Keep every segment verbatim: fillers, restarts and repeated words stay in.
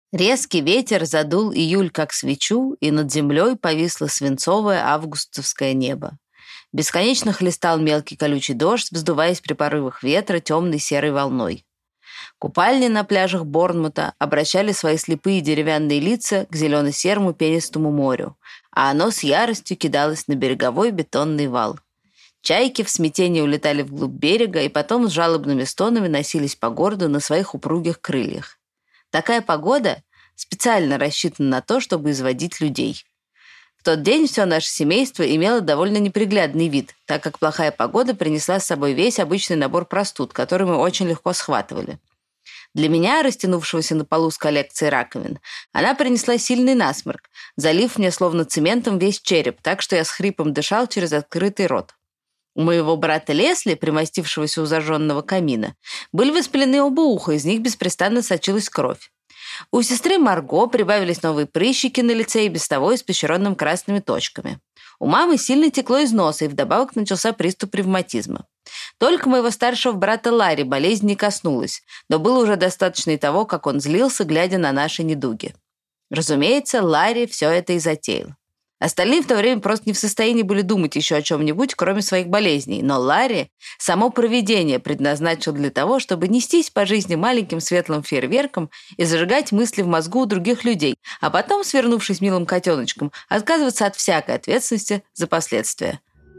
Резкий ветер задул июль как свечу, и над землей повисло свинцовое августовское небо. Бесконечно хлестал мелкий колючий дождь, вздуваясь при порывах ветра темной серой волной. Купальни на пляжах Борнмута обращали свои слепые деревянные лица к зелено-серому пенистому морю, а оно с яростью кидалось на береговой бетонный вал. Чайки в смятении улетали вглубь берега и потом с жалобными стонами носились по городу на своих упругих крыльях. Такая погода специально рассчитана на то, чтобы изводить людей. В тот день все наше семейство имело довольно неприглядный вид, так как плохая погода принесла с собой весь обычный набор простуд, который мы очень легко схватывали. Для меня, растянувшегося на полу с коллекцией раковин, она принесла сильный насморк, залив мне словно цементом весь череп, так что я с хрипом дышал через открытый рот. У моего брата Лесли, примостившегося у зажженного камина, были воспалены оба уха, из них беспрестанно сочилась кровь. У сестры Марго прибавились новые прыщики на лице и без того испещренным красными точками. У мамы сильно текло из носа, и вдобавок начался приступ ревматизма. Только моего старшего брата Ларри болезнь не коснулась, но было уже достаточно и того, как он злился, глядя на наши недуги. Разумеется, Ларри все это и затеял. Остальные в то время просто не в состоянии были думать еще о чем-нибудь, кроме своих болезней, но Ларри само провидение предназначил для того, чтобы нестись по жизни маленьким светлым фейерверком и зажигать мысли в мозгу у других людей, а потом, свернувшись милым котеночком, отказываться от всякой ответственности за последствия.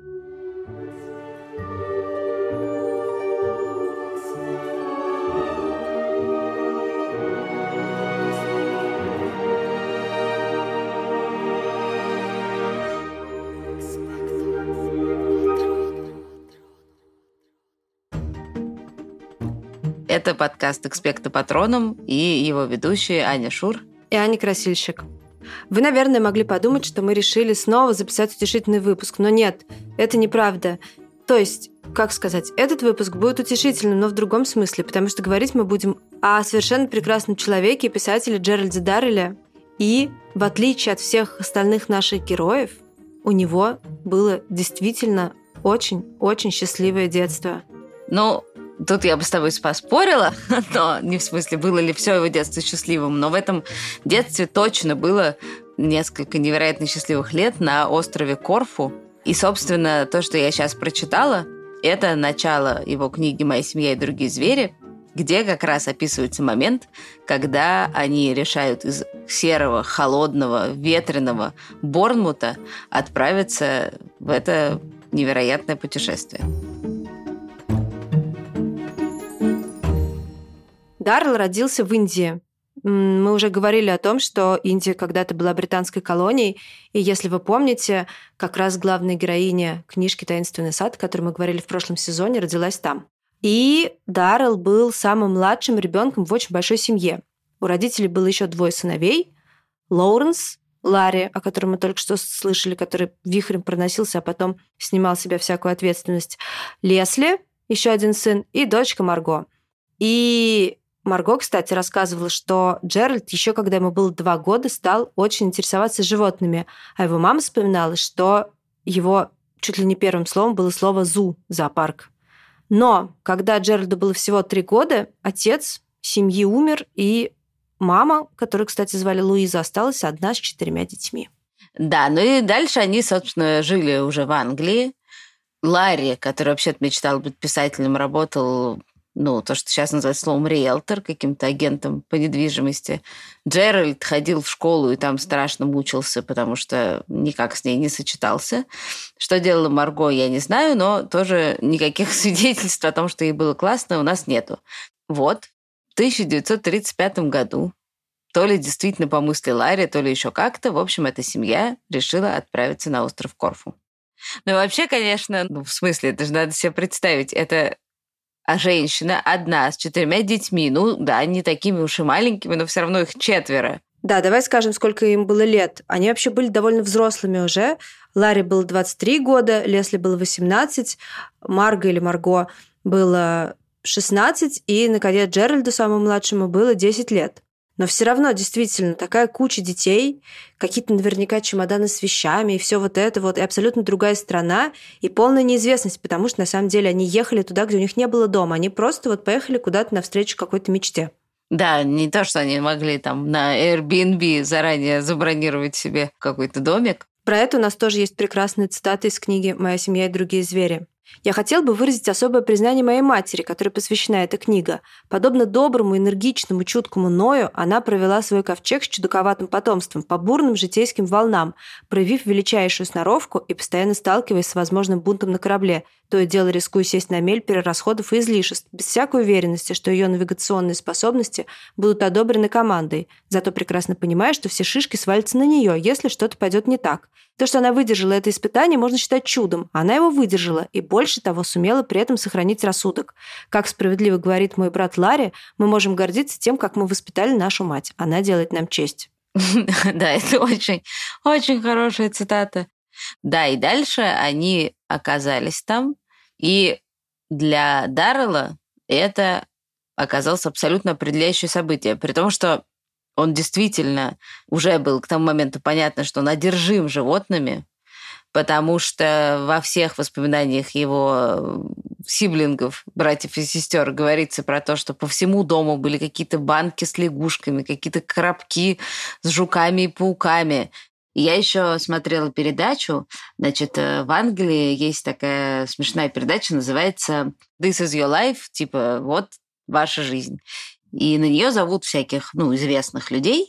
Это подкаст «Экспекто Патроном» и его ведущие Аня Шур и Аня Красильщик. Вы, наверное, могли подумать, что мы решили снова записать утешительный выпуск, но нет, это неправда. То есть, как сказать, этот выпуск будет утешительным, но в другом смысле, потому что говорить мы будем о совершенно прекрасном человеке и писателе Джеральде Даррелле. И, в отличие от всех остальных наших героев, у него было действительно очень-очень счастливое детство. Ну, тут я бы с тобой поспорила, но не в смысле, было ли все его детство счастливым, но в этом детстве точно было несколько невероятно счастливых лет на острове Корфу. И, собственно, то, что я сейчас прочитала, это начало его книги «Моя семья и другие звери», где как раз описывается момент, когда они решают из серого, холодного, ветреного Борнмута отправиться в это невероятное путешествие. Даррелл родился в Индии. Мы уже говорили о том, что Индия когда-то была британской колонией, и если вы помните, как раз главная героиня книжки «Таинственный сад», о которой мы говорили в прошлом сезоне, родилась там. И Даррелл был самым младшим ребенком в очень большой семье. У родителей было еще двое сыновей. Лоуренс, Ларри, о котором мы только что слышали, который вихрем проносился, а потом снимал с себя всякую ответственность. Лесли, еще один сын, и дочка Марго. И Марго, кстати, рассказывала, что Джеральд еще когда ему было два года, стал очень интересоваться животными. А его мама вспоминала, что его чуть ли не первым словом было слово «зу» – зоопарк. Но когда Джеральду было всего три года, отец семьи умер, и мама, которую, кстати, звали Луиза, осталась одна с четырьмя детьми. Да, ну и дальше они, собственно, жили уже в Англии. Ларри, который вообще-то мечтал быть писателем, работал... ну, то, что сейчас называется словом риэлтор, каким-то агентом по недвижимости. Джеральд ходил в школу и там страшно мучился, потому что никак с ней не сочетался. Что делала Марго, я не знаю, но тоже никаких свидетельств о том, что ей было классно, у нас нету. Вот, в тысяча девятьсот тридцать пятом году, то ли действительно по мысли Ларри, то ли еще как-то, в общем, эта семья решила отправиться на остров Корфу. Ну и вообще, конечно, ну, в смысле, это же надо себе представить, это... А женщина одна с четырьмя детьми, ну да, не такими уж и маленькими, но все равно их четверо. Да, давай скажем, сколько им было лет. Они вообще были довольно взрослыми уже. Ларри было двадцать три года, Лесли было восемнадцать, Марго или Марго было шестнадцать, и, наконец, Джеральду, самому младшему, было десять лет. Но все равно, действительно, такая куча детей, какие-то наверняка чемоданы с вещами и все вот это вот, и абсолютно другая страна, и полная неизвестность, потому что, на самом деле, они ехали туда, где у них не было дома. Они просто вот поехали куда-то навстречу какой-то мечте. Да, не то, что они могли там на Airbnb заранее забронировать себе какой-то домик. Про это у нас тоже есть прекрасная цитата из книги «Моя семья и другие звери». Я хотел бы выразить особое признание моей матери, которой посвящена эта книга. Подобно доброму, энергичному, чуткому Ною, она провела свой ковчег с чудаковатым потомством по бурным житейским волнам, проявив величайшую сноровку и постоянно сталкиваясь с возможным бунтом на корабле, то и дело рискуя сесть на мель перерасходов и излишеств, без всякой уверенности, что ее навигационные способности будут одобрены командой, зато прекрасно понимая, что все шишки свалятся на нее, если что-то пойдет не так. То, что она выдержала это испытание, можно считать чудом. Она его выдержала и, больше того, сумела при этом сохранить рассудок. Как справедливо говорит мой брат Ларри, мы можем гордиться тем, как мы воспитали нашу мать. Она делает нам честь. Да, это очень, очень хорошая цитата. Да, и дальше они оказались там, и для Даррелла это оказалось абсолютно определяющее событие, при том, что он действительно уже был к тому моменту понятно, что он одержим животными, потому что во всех воспоминаниях его сиблингов, братьев и сестер, говорится про то, что по всему дому были какие-то банки с лягушками, какие-то коробки с жуками и пауками. Я еще смотрела передачу, значит, в Англии есть такая смешная передача, называется «This is your life», типа «Вот ваша жизнь». И на нее зовут всяких, ну, известных людей,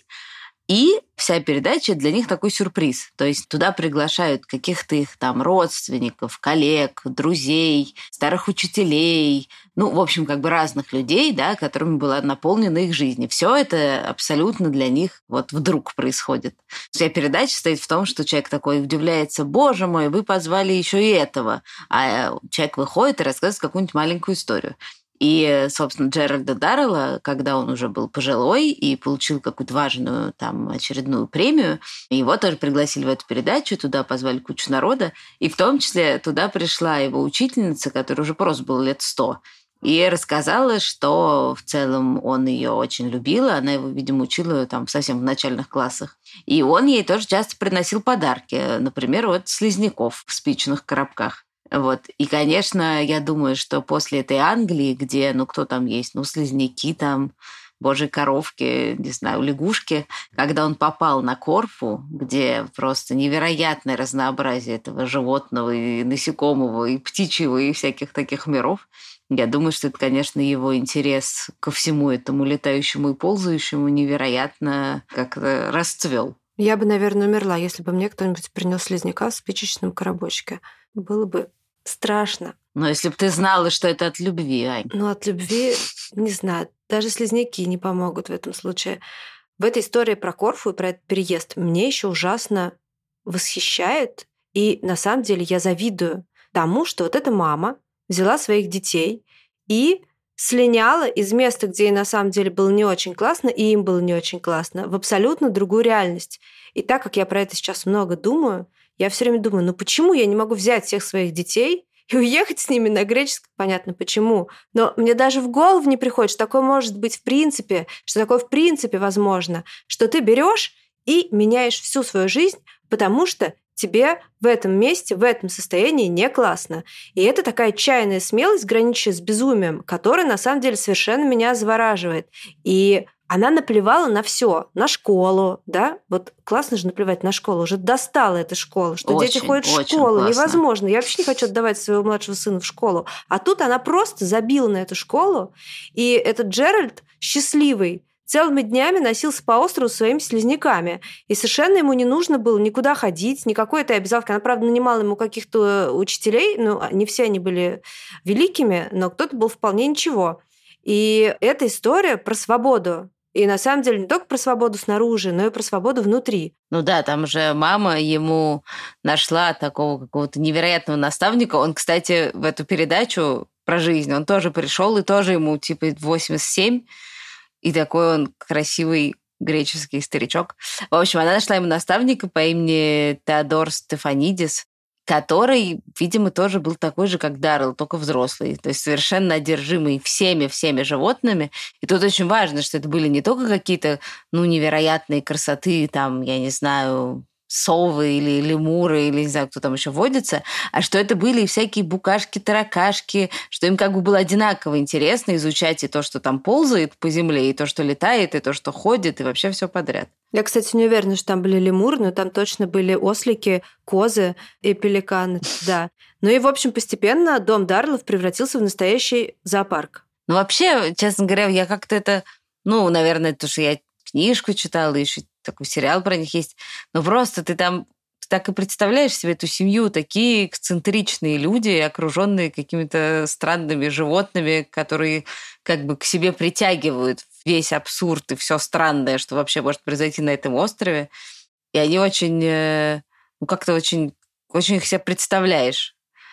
и вся передача для них такой сюрприз. То есть туда приглашают каких-то их там родственников, коллег, друзей, старых учителей, ну, в общем, как бы разных людей, да, которыми была наполнена их жизнь. Все это абсолютно для них вот вдруг происходит. Вся передача стоит в том, что человек такой удивляется: «Боже мой, вы позвали еще и этого». А человек выходит и рассказывает какую-нибудь маленькую историю. И, собственно, Джеральда Даррелла, когда он уже был пожилой и получил какую-то важную там очередную премию, его тоже пригласили в эту передачу, туда позвали кучу народа, и в том числе туда пришла его учительница, которая уже просто было лет сто, и рассказала, что в целом он ее очень любил, она его, видимо, учила там совсем в начальных классах. И он ей тоже часто приносил подарки, например, вот слизняков в спичных коробках. Вот. И, конечно, я думаю, что после этой Англии, где, ну, кто там есть, ну, слизняки там, божьи коровки, не знаю, лягушки, когда он попал на Корфу, где просто невероятное разнообразие этого животного и насекомого, и птичьего, и всяких таких миров, я думаю, что это, конечно, его интерес ко всему этому летающему и ползающему невероятно как-то расцвел. Я бы, наверное, умерла, если бы мне кто-нибудь принес слизняка в спичечном коробочке. Было бы страшно. Но если бы ты знала, что это от любви, Ань. Ну, от любви, не знаю, даже слизняки не помогут в этом случае. В этой истории про Корфу и про этот переезд мне еще ужасно восхищает. И на самом деле я завидую тому, что вот эта мама взяла своих детей и слиняла из места, где ей на самом деле было не очень классно, и им было не очень классно, в абсолютно другую реальность. И так как я про это сейчас много думаю, я все время думаю, ну почему я не могу взять всех своих детей и уехать с ними на греческий? Понятно, почему. Но мне даже в голову не приходит, что такое может быть в принципе, что такое в принципе возможно, что ты берешь и меняешь всю свою жизнь, потому что тебе в этом месте, в этом состоянии не классно. И это такая отчаянная смелость, граничащая с безумием, которая на самом деле совершенно меня завораживает. И она наплевала на все, на школу, да? Вот классно же наплевать на школу. Уже достала эта школа, что очень, дети ходят в школу. Классно. Невозможно. Я вообще не хочу отдавать своего младшего сына в школу. А тут она просто забила на эту школу. И этот Джеральд счастливый целыми днями носился по острову со своими слизняками. И совершенно ему не нужно было никуда ходить, никакой этой обязаловки. Она, правда, нанимала ему каких-то учителей, ну, не все они были великими, но кто-то был вполне ничего. И эта история про свободу. И на самом деле не только про свободу снаружи, но и про свободу внутри. Ну да, там же мама ему нашла такого какого-то невероятного наставника. Он, кстати, в эту передачу про жизнь, он тоже пришел, и тоже ему типа восемьдесят семь, и такой он красивый греческий старичок. В общем, она нашла ему наставника по имени Теодор Стефанидис, который, видимо, тоже был такой же, как Даррелл, только взрослый. То есть совершенно одержимый всеми-всеми животными. И тут очень важно, что это были не только какие-то, ну, невероятные красоты, там, я не знаю, совы или лемуры, или не знаю, кто там еще водится, а что это были всякие букашки, таракашки, что им как бы было одинаково интересно изучать и то, что там ползает по земле, и то, что летает, и то, что ходит, и вообще все подряд. Я, кстати, не уверена, что там были лемуры, но там точно были ослики, козы и пеликаны, да. Ну и, в общем, постепенно дом Дарлов превратился в настоящий зоопарк. Ну, вообще, честно говоря, я как-то это... Ну, наверное, то, что я книжку читала, еще такой сериал про них есть. Но просто ты там так и представляешь себе эту семью, такие эксцентричные люди, окруженные какими-то странными животными, которые как бы к себе притягивают весь абсурд и все странное, что вообще может произойти на этом острове. И они очень, ну, как-то очень, очень их себе представляешь.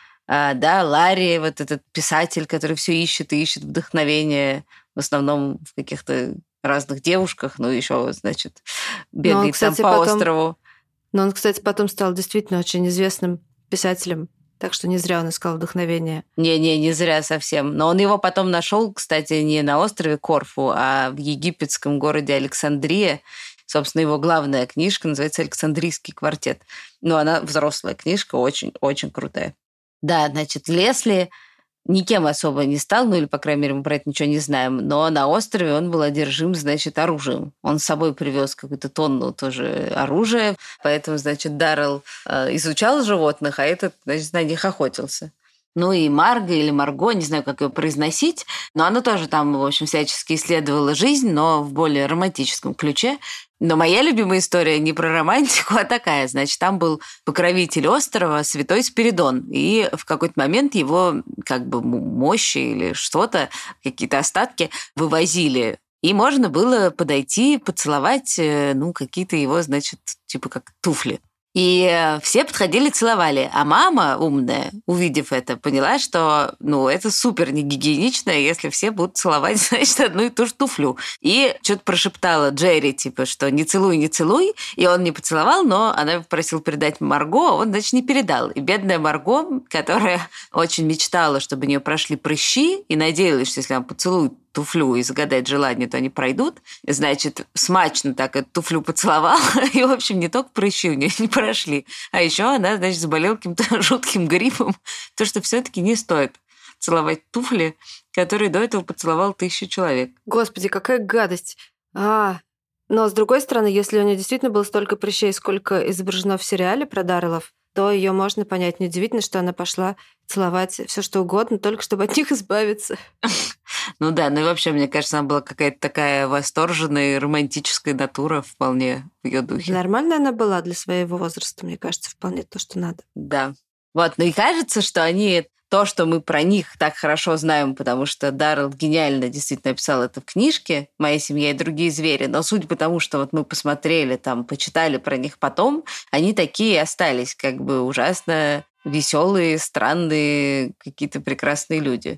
А, да, Ларри, вот этот писатель, который все ищет и ищет вдохновение, в основном в каких-то разных девушках, ну, еще, значит, бегает он, кстати, там по потом... острову. Но он, кстати, потом стал действительно очень известным писателем, так что не зря он искал вдохновение. Не-не, не зря совсем. Но он его потом нашел, кстати, не на острове Корфу, а в египетском городе Александрия. Собственно, его главная книжка называется «Александрийский квартет». Ну, она взрослая книжка, очень-очень крутая. Да, значит, Лесли никем особо не стал, ну или, по крайней мере, мы про это ничего не знаем, но на острове он был одержим, значит, оружием. Он с собой привез какую-то тонну тоже оружия, поэтому, значит, Даррелл э, изучал животных, а этот, значит, на них охотился. Ну и Марго или Марго, не знаю, как ее произносить, но она тоже там, в общем, всячески исследовала жизнь, но в более романтическом ключе. Но моя любимая история не про романтику, а такая. Значит, там был покровитель острова святой Спиридон, и в какой-то момент его как бы мощи или что-то, какие-то остатки вывозили. И можно было подойти, поцеловать, ну, какие-то его, значит, типа как туфли. И все подходили, целовали. А мама умная, увидев это, поняла, что ну, это супер негигиенично, если все будут целовать, значит, одну и ту же туфлю. И что-то прошептала Джерри, типа, что не целуй, не целуй. И он не поцеловал, но она попросила передать Марго, а он, значит, не передал. И бедная Марго, которая очень мечтала, чтобы у нее прошли прыщи, и надеялась, что если она поцелует туфлю и загадать желание, то они пройдут. Значит, смачно так эту туфлю поцеловала, и, в общем, не только прыщи у нее не прошли, а еще она, значит, заболела каким-то жутким гриппом, то, что все-таки не стоит целовать туфли, которые до этого поцеловал тысячу человек. Господи, какая гадость! А, но, с другой стороны, если у нее действительно было столько прыщей, сколько изображено в сериале про Дарреллов, то ее можно понять. Неудивительно, что она пошла целовать все что угодно, только чтобы от них избавиться. Ну да, ну и вообще, мне кажется, она была какая-то такая восторженная, романтическая натура вполне в ее духе. Нормальная она была для своего возраста, мне кажется, вполне то, что надо. Да. Вот, ну и кажется, что они... То, что мы про них так хорошо знаем, потому что Даррелл гениально действительно описал это в книжке «Моя семья и другие звери», но судя по тому, что вот мы посмотрели, там, почитали про них потом, они такие и остались, как бы ужасно веселые, странные, какие-то прекрасные люди.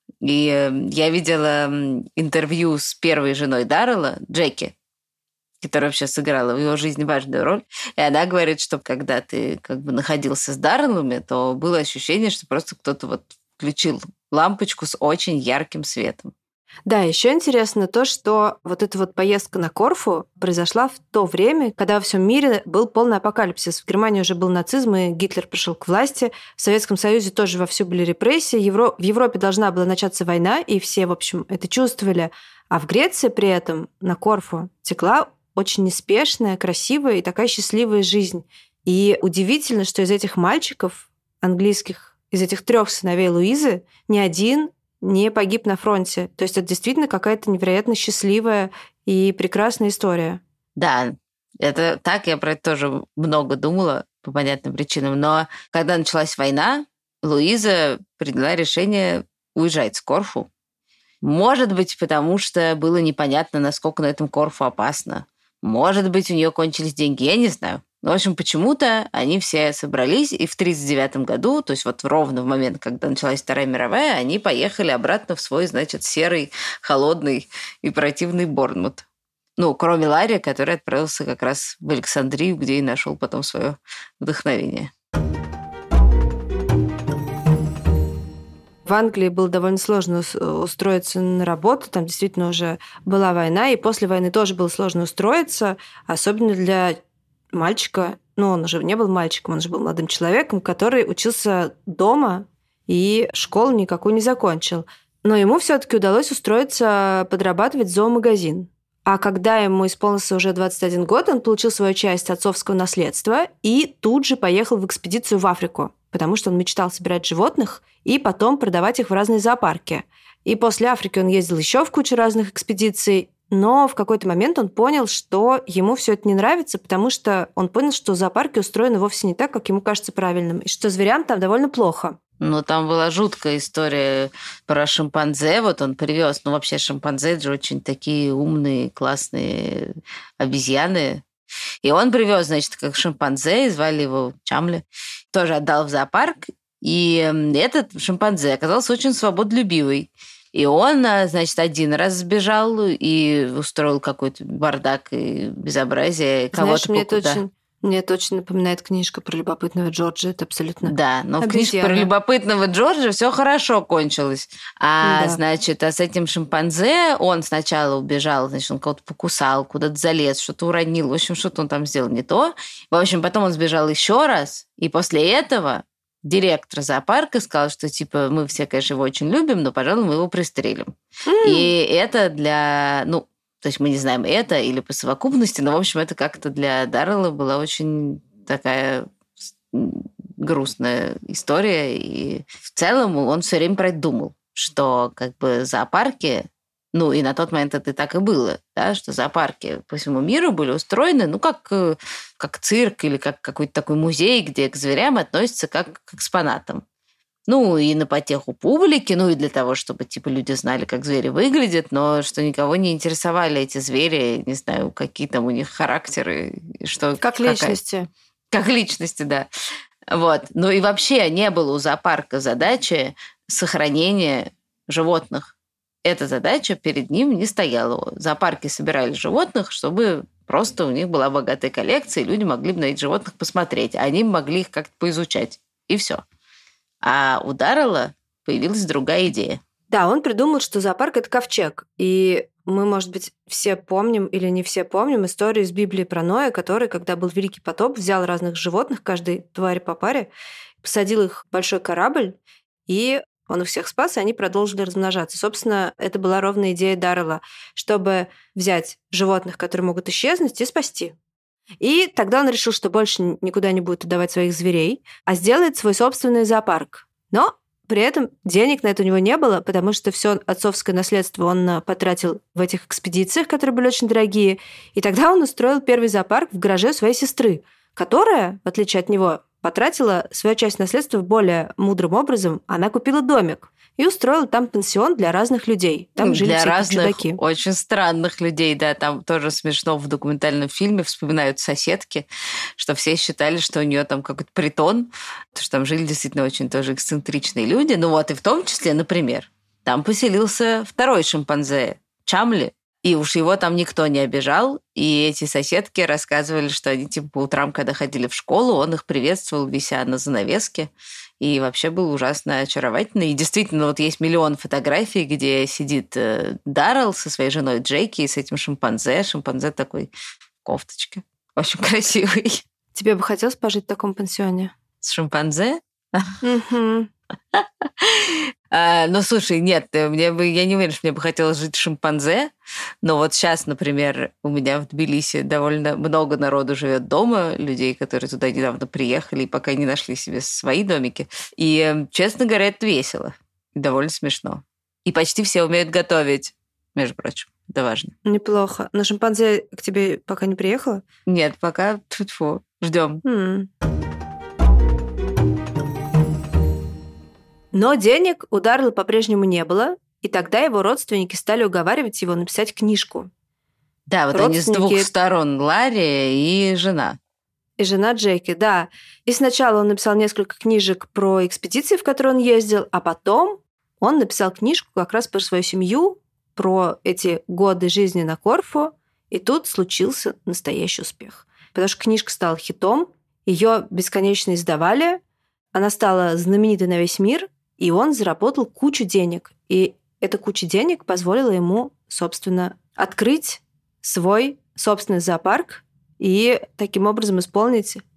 И я видела интервью с первой женой Даррелла, Джеки, которая вообще сыграла в его жизни важную роль. И она говорит, что когда ты как бы находился с Дарреллами, то было ощущение, что просто кто-то вот включил лампочку с очень ярким светом. Да, еще интересно то, что вот эта вот поездка на Корфу произошла в то время, когда во всем мире был полный апокалипсис. В Германии уже был нацизм, и Гитлер пришел к власти. В Советском Союзе тоже вовсю были репрессии. Евро... В Европе должна была начаться война, и все, в общем, это чувствовали. А в Греции при этом на Корфу текла очень неспешная, красивая и такая счастливая жизнь. И удивительно, что из этих мальчиков английских, из этих трех сыновей Луизы, ни один не погиб на фронте. То есть это действительно какая-то невероятно счастливая и прекрасная история. Да, это так, я про это тоже много думала по понятным причинам. Но когда началась война, Луиза приняла решение уезжать с Корфу. Может быть, потому что было непонятно, насколько на этом Корфу опасно. Может быть, у нее кончились деньги, я не знаю. В общем, почему-то они все собрались, и в тридцать девятом году, то есть вот ровно в момент, когда началась Вторая мировая, они поехали обратно в свой, значит, серый, холодный и противный Борнмут. Ну, кроме Ларри, который отправился как раз в Александрию, где и нашел потом свое вдохновение. В Англии было довольно сложно устроиться на работу, там действительно уже была война, и после войны тоже было сложно устроиться, особенно для мальчика ну, он уже не был мальчиком, он же был молодым человеком, который учился дома и школу никакую не закончил. Но ему все-таки удалось устроиться подрабатывать в зоомагазин. А когда ему исполнился уже двадцать один год, он получил свою часть отцовского наследства и тут же поехал в экспедицию в Африку, потому что он мечтал собирать животных и потом продавать их в разные зоопарки. И после Африки он ездил еще в кучу разных экспедиций, но в какой-то момент он понял, что ему все это не нравится, потому что он понял, что зоопарки устроены вовсе не так, как ему кажется правильным, и что зверям там довольно плохо. Ну, там была жуткая история про шимпанзе. Вот он привез. Ну, вообще, шимпанзе – это же очень такие умные, классные обезьяны. И он привез, значит, как шимпанзе, и звали его Чамли. Тоже отдал в зоопарк. И этот шимпанзе оказался очень свободолюбивый. И он, значит, один раз сбежал и устроил какой-то бардак и безобразие. Знаешь, мне это очень... Мне это очень напоминает книжка про любопытного Джорджа. Это абсолютно... Да, но в книжке про любопытного Джорджа все хорошо кончилось. А, да. значит, а с этим шимпанзе он сначала убежал, значит, он кого-то покусал, куда-то залез, что-то уронил. В общем, что-то он там сделал не то. В общем, потом он сбежал еще раз. И после этого директор зоопарка сказал, что, типа, мы все, конечно, его очень любим, но, пожалуй, мы его пристрелим. Mm. И это для... ну То есть мы не знаем это или по совокупности, но, в общем, это как-то для Даррелла была очень такая грустная история. И в целом он все время про это думал, что как бы зоопарки, ну и на тот момент это так и было, да, что зоопарки по всему миру были устроены, ну, как, как цирк или как какой-то такой музей, где к зверям относятся как к экспонатам. Ну, и на потеху публики, ну, и для того, чтобы, типа, люди знали, как звери выглядят, но что никого не интересовали эти звери, не знаю, какие там у них характеры. Что, как какая... личности. Как личности, да. Вот. Ну, и вообще не было у зоопарка задачи сохранения животных. Эта задача перед ним не стояла. Зоопарки собирали животных, чтобы просто у них была богатая коллекция, и люди могли бы на этих животных посмотреть, а они могли их как-то поизучать. И все. А у Даррелла появилась другая идея. Да, он придумал, что зоопарк – это ковчег. И мы, может быть, все помним или не все помним историю из Библии про Ноя, который, когда был Великий потоп, взял разных животных, каждой твари по паре, посадил их в большой корабль, и он их всех спас, и они продолжили размножаться. Собственно, это была ровно идея Даррелла, чтобы взять животных, которые могут исчезнуть, и спасти. И тогда он решил, что больше никуда не будет отдавать своих зверей, а сделает свой собственный зоопарк. Но при этом денег на это у него не было, потому что все отцовское наследство он потратил в этих экспедициях, которые были очень дорогие. И тогда он устроил первый зоопарк в гараже своей сестры, которая, в отличие от него, потратила свою часть наследства более мудрым образом. Она купила домик и устроила там пенсион для разных людей. Там жили для всякие разных чудаки. Очень странных людей, да. Там тоже смешно в документальном фильме вспоминают соседки, что все считали, что у нее там какой-то притон, что там жили действительно очень тоже эксцентричные люди. Ну вот и в том числе, например, там поселился второй шимпанзе, Чамли, и уж его там никто не обижал. И эти соседки рассказывали, что они типа по утрам, когда ходили в школу, он их приветствовал, вися на занавеске. И вообще был ужасно очаровательный. И действительно, вот есть миллион фотографий, где сидит Даррелл со своей женой Джеки и с этим шимпанзе. Шимпанзе такой в кофточке. Очень красивый. Тебе бы хотелось пожить в таком пансионе? С шимпанзе? Угу. А, ну, слушай, нет, мне бы, я не уверена, что мне бы хотелось жить в шимпанзе, но вот сейчас, например, у меня в Тбилиси довольно много народу живет дома, людей, которые туда недавно приехали и пока не нашли себе свои домики. И, честно говоря, это весело, довольно смешно. И почти все умеют готовить, между прочим. Это важно. Неплохо. Но шимпанзе к тебе пока не приехала? Нет, пока тьфу-тьфу, ждем. Mm. Но денег у Даррелла по-прежнему не было, и тогда его родственники стали уговаривать его написать книжку. Да, вот они с двух сторон, Ларри и жена. И жена Джеки, да. И сначала он написал несколько книжек про экспедиции, в которые он ездил, а потом он написал книжку как раз про свою семью, про эти годы жизни на Корфу, и тут случился настоящий успех. Потому что книжка стала хитом, ее бесконечно издавали, она стала знаменитой на весь мир, и он заработал кучу денег. И эта куча денег позволила ему, собственно, открыть свой собственный зоопарк и таким образом исполнить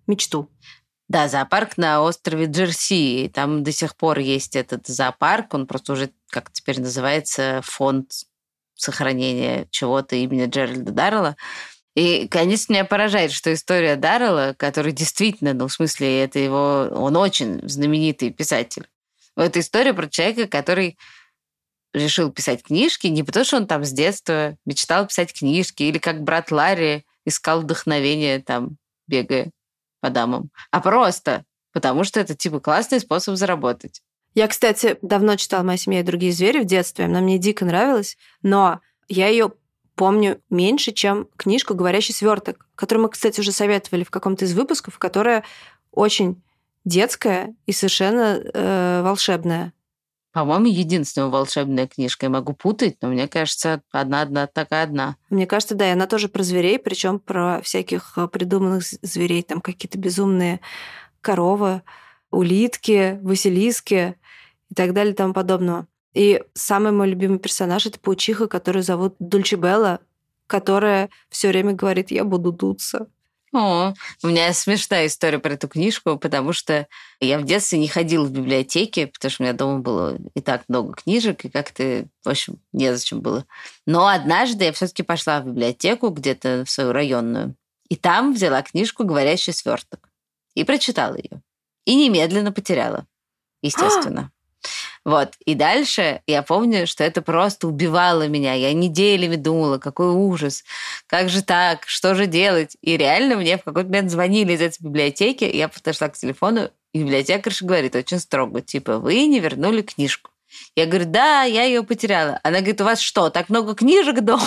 мечту. Да, зоопарк на острове Джерси. Там до сих пор есть этот зоопарк. Он просто уже, как теперь называется, фонд сохранения чего-то имени Джеральда Даррелла. И, конечно, меня поражает, что история Даррелла, который действительно, ну, в смысле, это его... Он очень знаменитый писатель. Это история про человека, который решил писать книжки не потому, что он там с детства мечтал писать книжки или как брат Ларри искал вдохновение, там, бегая по дамам, а просто потому, что это, типа, классный способ заработать. Я, кстати, давно читала «Моя семья и другие звери» в детстве. Она мне дико нравилась, но я ее помню меньше, чем книжку «Говорящий сверток», которую мы, кстати, уже советовали в каком-то из выпусков, которая очень детская и совершенно э, волшебная. По-моему, единственная волшебная книжка. Я могу путать, но мне кажется, одна-одна такая одна. Мне кажется, да, и она тоже про зверей, причем про всяких придуманных зверей, там какие-то безумные коровы, улитки, василиски и так далее и тому подобного. И самый мой любимый персонаж — это паучиха, которую зовут Дульчебелла, которая все время говорит: «Я буду дуться». О, у меня смешная история про эту книжку, потому что я в детстве не ходила в библиотеки, потому что у меня дома было и так много книжек, и как-то, в общем, незачем было. Но однажды я все-таки пошла в библиотеку где-то в свою районную, и там взяла книжку «Говорящий сверток» и прочитала ее. И немедленно потеряла, естественно. Вот. И дальше я помню, что это просто убивало меня. Я неделями думала, какой ужас, как же так, что же делать. И реально мне в какой-то момент звонили из этой библиотеки, и я подошла к телефону, и библиотекарша говорит очень строго, типа: «Вы не вернули книжку». Я говорю: «Да, я ее потеряла». Она говорит: «У вас что, так много книжек дома?»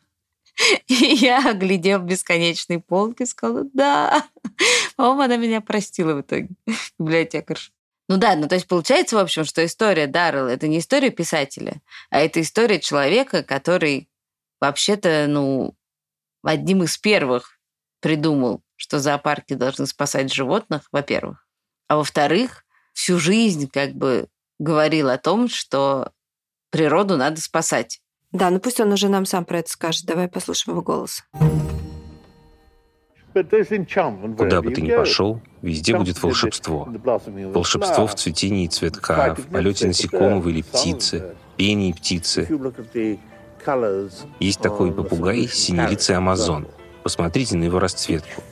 И я, глядев бесконечные полки, сказала: «Да». По-моему, она меня простила в итоге, библиотекарша. Ну да, ну то есть получается, в общем, что история Даррелла — это не история писателя, а это история человека, который вообще-то, ну, одним из первых придумал, что зоопарки должны спасать животных, во-первых, а во-вторых, всю жизнь как бы говорил о том, что природу надо спасать. Да, ну пусть он уже нам сам про это скажет. Давай послушаем его голос. Куда бы ты ни пошел, везде будет волшебство. Волшебство в цветении цветка, в полете насекомого или птицы, пении птицы. Есть такой попугай, синелицый амазон. Посмотрите на его расцветку.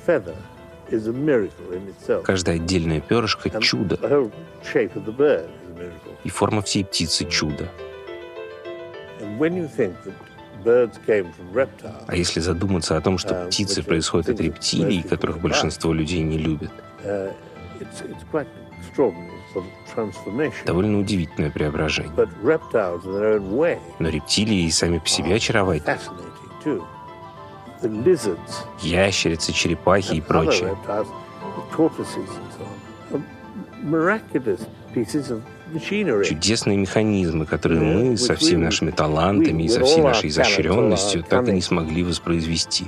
Каждое отдельное перышко — чудо. И форма всей птицы — чудо. А если задуматься о том, что птицы происходят от рептилий, которых большинство людей не любят, довольно удивительное преображение. Но рептилии и сами по себе очаровательны. Ящерицы, черепахи и прочее. Чудесные механизмы, которые мы со всеми нашими талантами и со всей нашей изощренностью так и не смогли воспроизвести.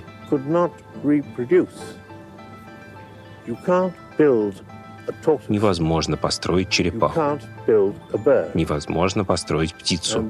Невозможно построить черепаху. Невозможно построить птицу.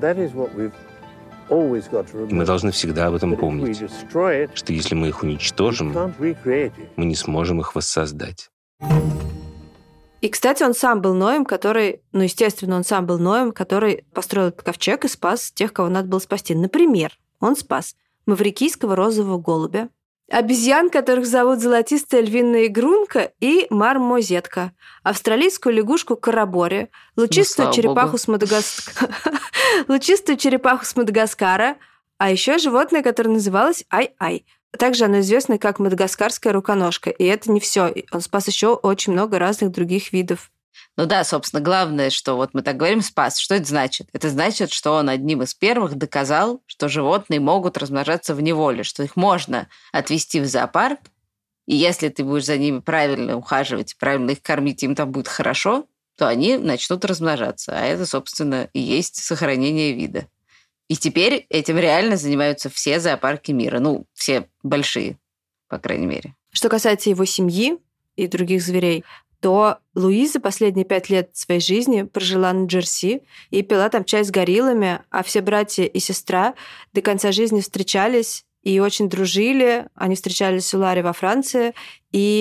И мы должны всегда об этом помнить, что если мы их уничтожим, мы не сможем их воссоздать. И, кстати, он сам был Ноем, который, ну, естественно, он сам был Ноем, который построил этот ковчег и спас тех, кого надо было спасти. Например, он спас маврикийского розового голубя, обезьян, которых зовут золотистая львиная игрунка и мармозетка, австралийскую лягушку карабори, лучистую ну, черепаху с Мадагаскара, лучистую черепаху с Мадагаскара, а еще животное, которое называлось Ай-Ай. Также оно известно как мадагаскарская руконожка. И это не все. Он спас еще очень много разных других видов. Ну да, собственно, главное, что вот мы так говорим «спас». Что это значит? Это значит, что он одним из первых доказал, что животные могут размножаться в неволе, что их можно отвезти в зоопарк, и если ты будешь за ними правильно ухаживать, правильно их кормить, им там будет хорошо, то они начнут размножаться. А это, собственно, и есть сохранение вида. И теперь этим реально занимаются все зоопарки мира. Ну, все большие, по крайней мере. Что касается его семьи и других зверей, то Луиза последние пять лет своей жизни прожила на Джерси и пила там чай с гориллами, а все братья и сестра до конца жизни встречались и очень дружили. Они встречались у Ларри во Франции. И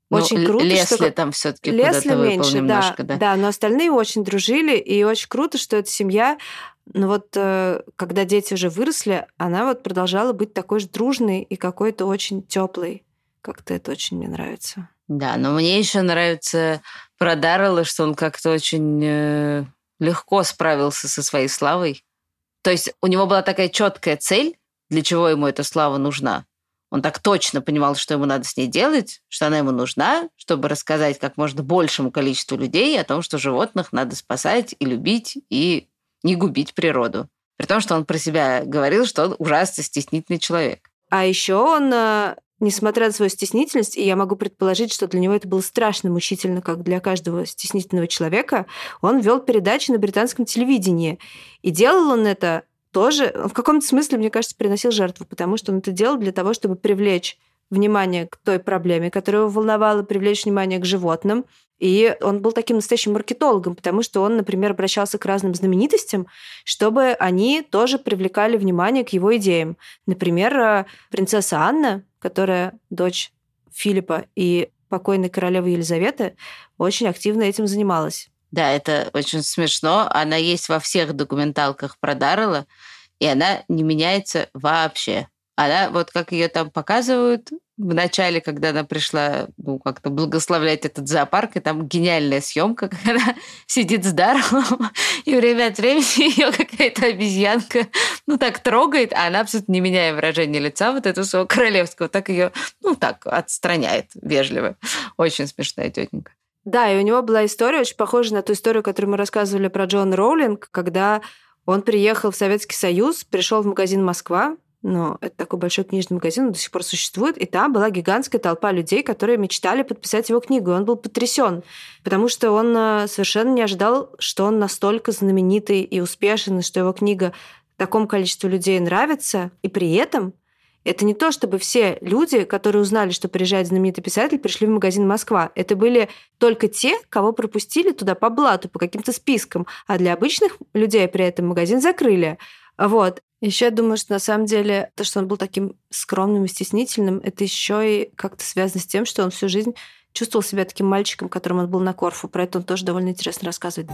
Очень ну, круто, Лесли что... там все-таки Лесли куда-то выпал меньше, немножко, да, да. да, но остальные очень дружили, и очень круто, что эта семья, ну вот, когда дети уже выросли, она вот продолжала быть такой же дружной и какой-то очень теплой. Как-то это очень мне нравится. Да, но мне еще нравится про Даррелла, что он как-то очень э, легко справился со своей славой. То есть у него была такая четкая цель, для чего ему эта слава нужна. Он так точно понимал, что ему надо с ней делать, что она ему нужна, чтобы рассказать как можно большему количеству людей о том, что животных надо спасать и любить, и не губить природу. При том, что он про себя говорил, что он ужасно стеснительный человек. А еще он, несмотря на свою стеснительность, и я могу предположить, что для него это было страшно мучительно, как для каждого стеснительного человека, он вел передачи на британском телевидении. И делал он это тоже, в каком-то смысле, мне кажется, приносил жертву, потому что он это делал для того, чтобы привлечь внимание к той проблеме, которая его волновала, привлечь внимание к животным. И он был таким настоящим маркетологом, потому что он, например, обращался к разным знаменитостям, чтобы они тоже привлекали внимание к его идеям. Например, принцесса Анна, которая дочь Филиппа и покойной королевы Елизаветы, очень активно этим занималась. Да, это очень смешно. Она есть во всех документалках про Даррелла, и она не меняется вообще. Она, вот как ее там показывают в начале, когда она пришла, ну, как-то благословлять этот зоопарк, и там гениальная съемка, как она сидит с Дарреллом, и время от времени ее какая-то обезьянка, ну, так трогает, а она абсолютно не меняя выражение лица вот этого своего королевского, так ее, ну, так отстраняет вежливо. Очень смешная тетенька. Да, и у него была история, очень похожая на ту историю, которую мы рассказывали про Джоана Роулинг, когда он приехал в Советский Союз, пришел в магазин «Москва», ну, это такой большой книжный магазин, он до сих пор существует, и там была гигантская толпа людей, которые мечтали подписать его книгу, и он был потрясен, потому что он совершенно не ожидал, что он настолько знаменитый и успешен, и что его книга такому количеству людей нравится, и при этом это не то, чтобы все люди, которые узнали, что приезжает знаменитый писатель, пришли в магазин «Москва». Это были только те, кого пропустили туда по блату, по каким-то спискам. А для обычных людей при этом магазин закрыли. Вот. Еще я думаю, что на самом деле то, что он был таким скромным и стеснительным, это еще и как-то связано с тем, что он всю жизнь чувствовал себя таким мальчиком, которым он был на Корфу. Про это он тоже довольно интересно рассказывает.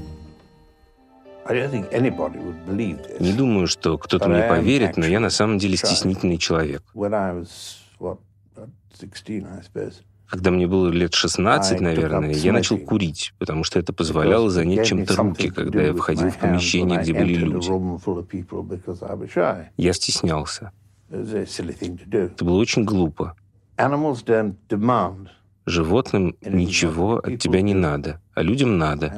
Не думаю, что кто-то мне поверит, но я на самом деле стеснительный человек. Когда мне было лет шестнадцать, наверное, я начал курить, потому что это позволяло занять чем-то руки, когда я входил в помещение, где были люди. Я стеснялся. Это было очень глупо. Животным ничего от тебя не надо, а людям надо.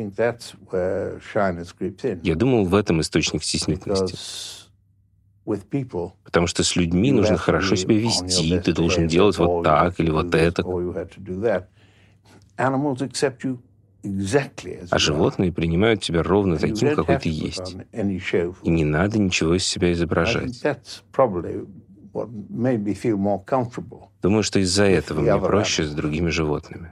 Я думал, в этом источник стеснительности. Потому что с людьми нужно хорошо себя вести, ты должен делать вот так или вот это. А животные принимают тебя ровно таким, какой ты есть. И не надо ничего из себя изображать. Думаю, что из-за этого мне проще с другими животными.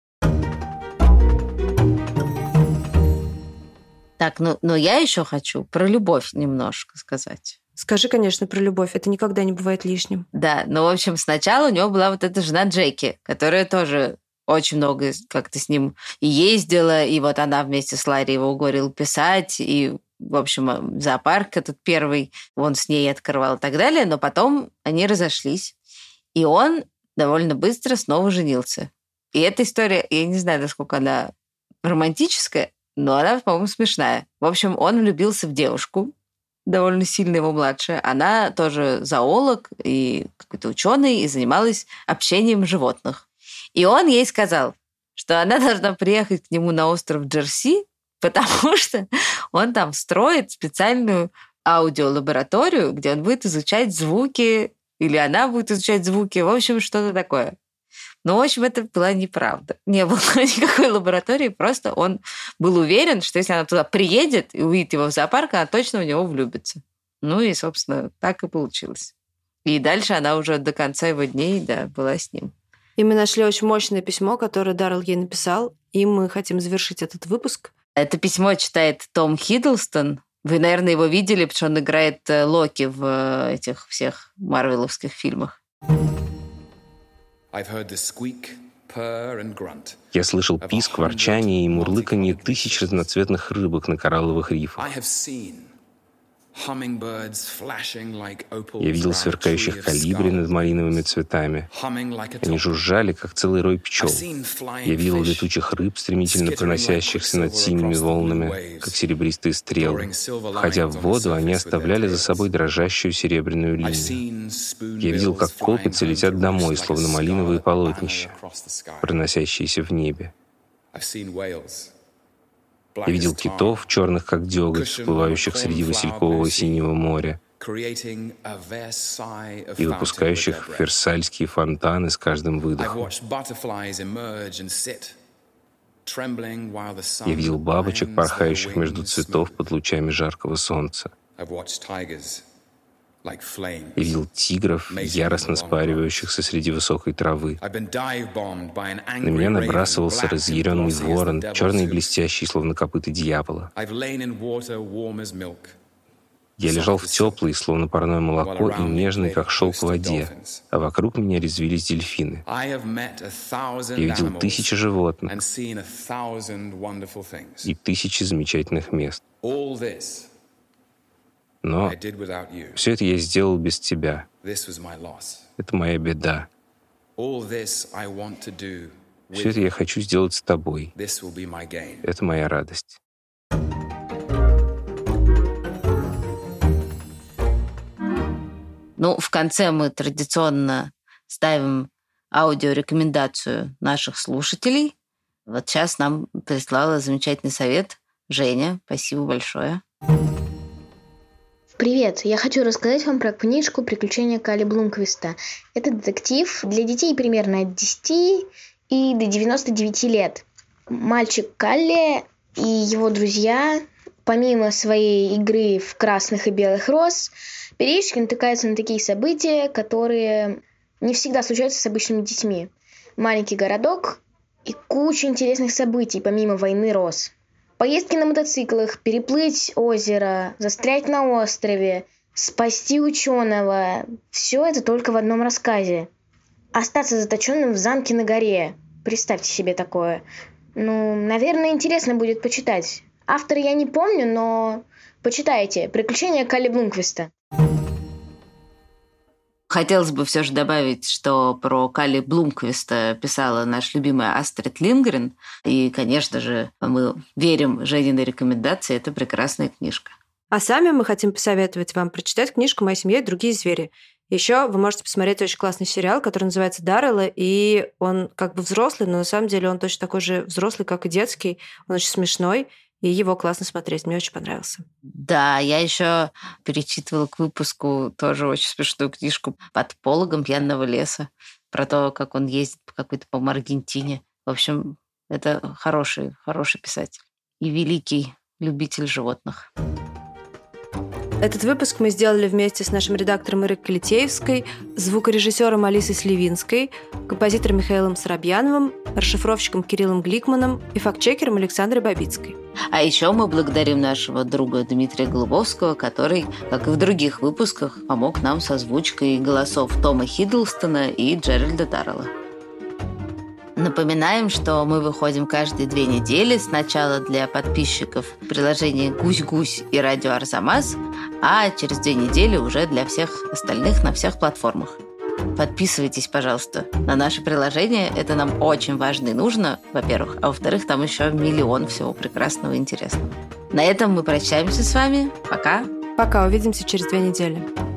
Так, ну, но я еще хочу про любовь немножко сказать. Скажи, конечно, про любовь. Это никогда не бывает лишним. Да, ну, в общем, сначала у него была вот эта жена Джеки, которая тоже очень много как-то с ним и ездила, и вот она вместе с Ларри его уговорила писать, и, в общем, зоопарк этот первый, он с ней открывал и так далее, но потом они разошлись, и он довольно быстро снова женился. И эта история, я не знаю, насколько она романтическая, но она, по-моему, смешная. В общем, он влюбился в девушку, довольно сильно его младшая. Она тоже зоолог и какой-то ученый, и занималась общением животных. И он ей сказал, что она должна приехать к нему на остров Джерси, потому что он там строит специальную аудиолабораторию, где он будет изучать звуки, или она будет изучать звуки, в общем, что-то такое. Но, в общем, это была неправда. Не было никакой лаборатории, просто он был уверен, что если она туда приедет и увидит его в зоопарке, она точно в него влюбится. Ну и, собственно, так и получилось. И дальше она уже до конца его дней, да, была с ним. И мы нашли очень мощное письмо, которое Даррелл ей написал, и мы хотим завершить этот выпуск. Это письмо читает Том Хиддлстон. Вы, наверное, его видели, потому что он играет Локи в этих всех марвеловских фильмах. I've heard the squeak Я слышал писк, ворчание и мурлыканье тысяч разноцветных рыбок на коралловых рифах. Я видел сверкающих колибри над малиновыми цветами. Они жужжали, как целый рой пчел. Я видел летучих рыб, стремительно проносящихся над синими волнами, как серебристые стрелы. Входя в воду, они оставляли за собой дрожащую серебряную линию. Я видел, как колпицы летят домой, словно малиновые полотнища, проносящиеся в небе. Я видел китов, черных как деготь, всплывающих среди василькового синего моря и выпускающих версальские фонтаны с каждым выдохом. Я видел бабочек, порхающих между цветов под лучами жаркого солнца. Я видел тигров, яростно спаривающихся среди высокой травы. На меня набрасывался разъяренный ворон, черный и блестящий, словно копыта дьявола. Я лежал в теплой, словно парное молоко, и нежной, как шелк в воде, а вокруг меня резвились дельфины. Я видел тысячи животных и тысячи замечательных мест. Но все это я сделал без тебя. Это моя беда. Все это я хочу сделать с тобой. Это моя радость. Ну, в конце мы традиционно ставим аудиорекомендацию наших слушателей. Вот сейчас нам прислала замечательный совет Женя. Спасибо большое. Привет! Я хочу рассказать вам про книжку «Приключения Калли Блумквиста». Это детектив для детей примерно от десяти и до девяноста девяти лет. Мальчик Калли и его друзья, помимо своей игры в красных и белых роз, периодически натыкаются на такие события, которые не всегда случаются с обычными детьми. Маленький городок и куча интересных событий, помимо войны роз. Поездки на мотоциклах, переплыть озеро, застрять на острове, спасти ученого – все это только в одном рассказе. Остаться заточенным в замке на горе. Представьте себе такое. Ну, наверное, интересно будет почитать. Автора я не помню, но почитайте «Приключения Калли Блумквиста». Хотелось бы все же добавить, что про Калли Блумквиста писала наш любимый Астрид Линдгрен. И, конечно же, мы верим Жениной рекомендации. Это прекрасная книжка. А сами мы хотим посоветовать вам прочитать книжку «Моя семья и другие звери». Еще вы можете посмотреть очень классный сериал, который называется «Дарреллы», и он как бы взрослый, но на самом деле он точно такой же взрослый, как и детский. Он очень смешной, и его классно смотреть. Мне очень понравился. Да, я еще перечитывала к выпуску тоже очень смешную книжку «Под пологом пьяного леса» про то, как он ездит по какой-то, по-моему, Аргентине. В общем, это хороший, хороший писатель и великий любитель животных. Этот выпуск мы сделали вместе с нашим редактором Ирой Калитеевской, звукорежиссером Алисой Сливинской, композитором Михаилом Соробьяновым, расшифровщиком Кириллом Гликманом и фактчекером Александрой Бабицкой. А еще мы благодарим нашего друга Дмитрия Голубовского, который, как и в других выпусках, помог нам с озвучкой голосов Тома Хиддлстона и Джеральда Даррелла. Напоминаем, что мы выходим каждые две недели. Сначала для подписчиков приложения «Гусь-Гусь» и «Радио Арзамас», а через две недели уже для всех остальных на всех платформах. Подписывайтесь, пожалуйста, на наше приложение. Это нам очень важно и нужно, во-первых. А во-вторых, там еще миллион всего прекрасного и интересного. На этом мы прощаемся с вами. Пока. Пока. Увидимся через две недели.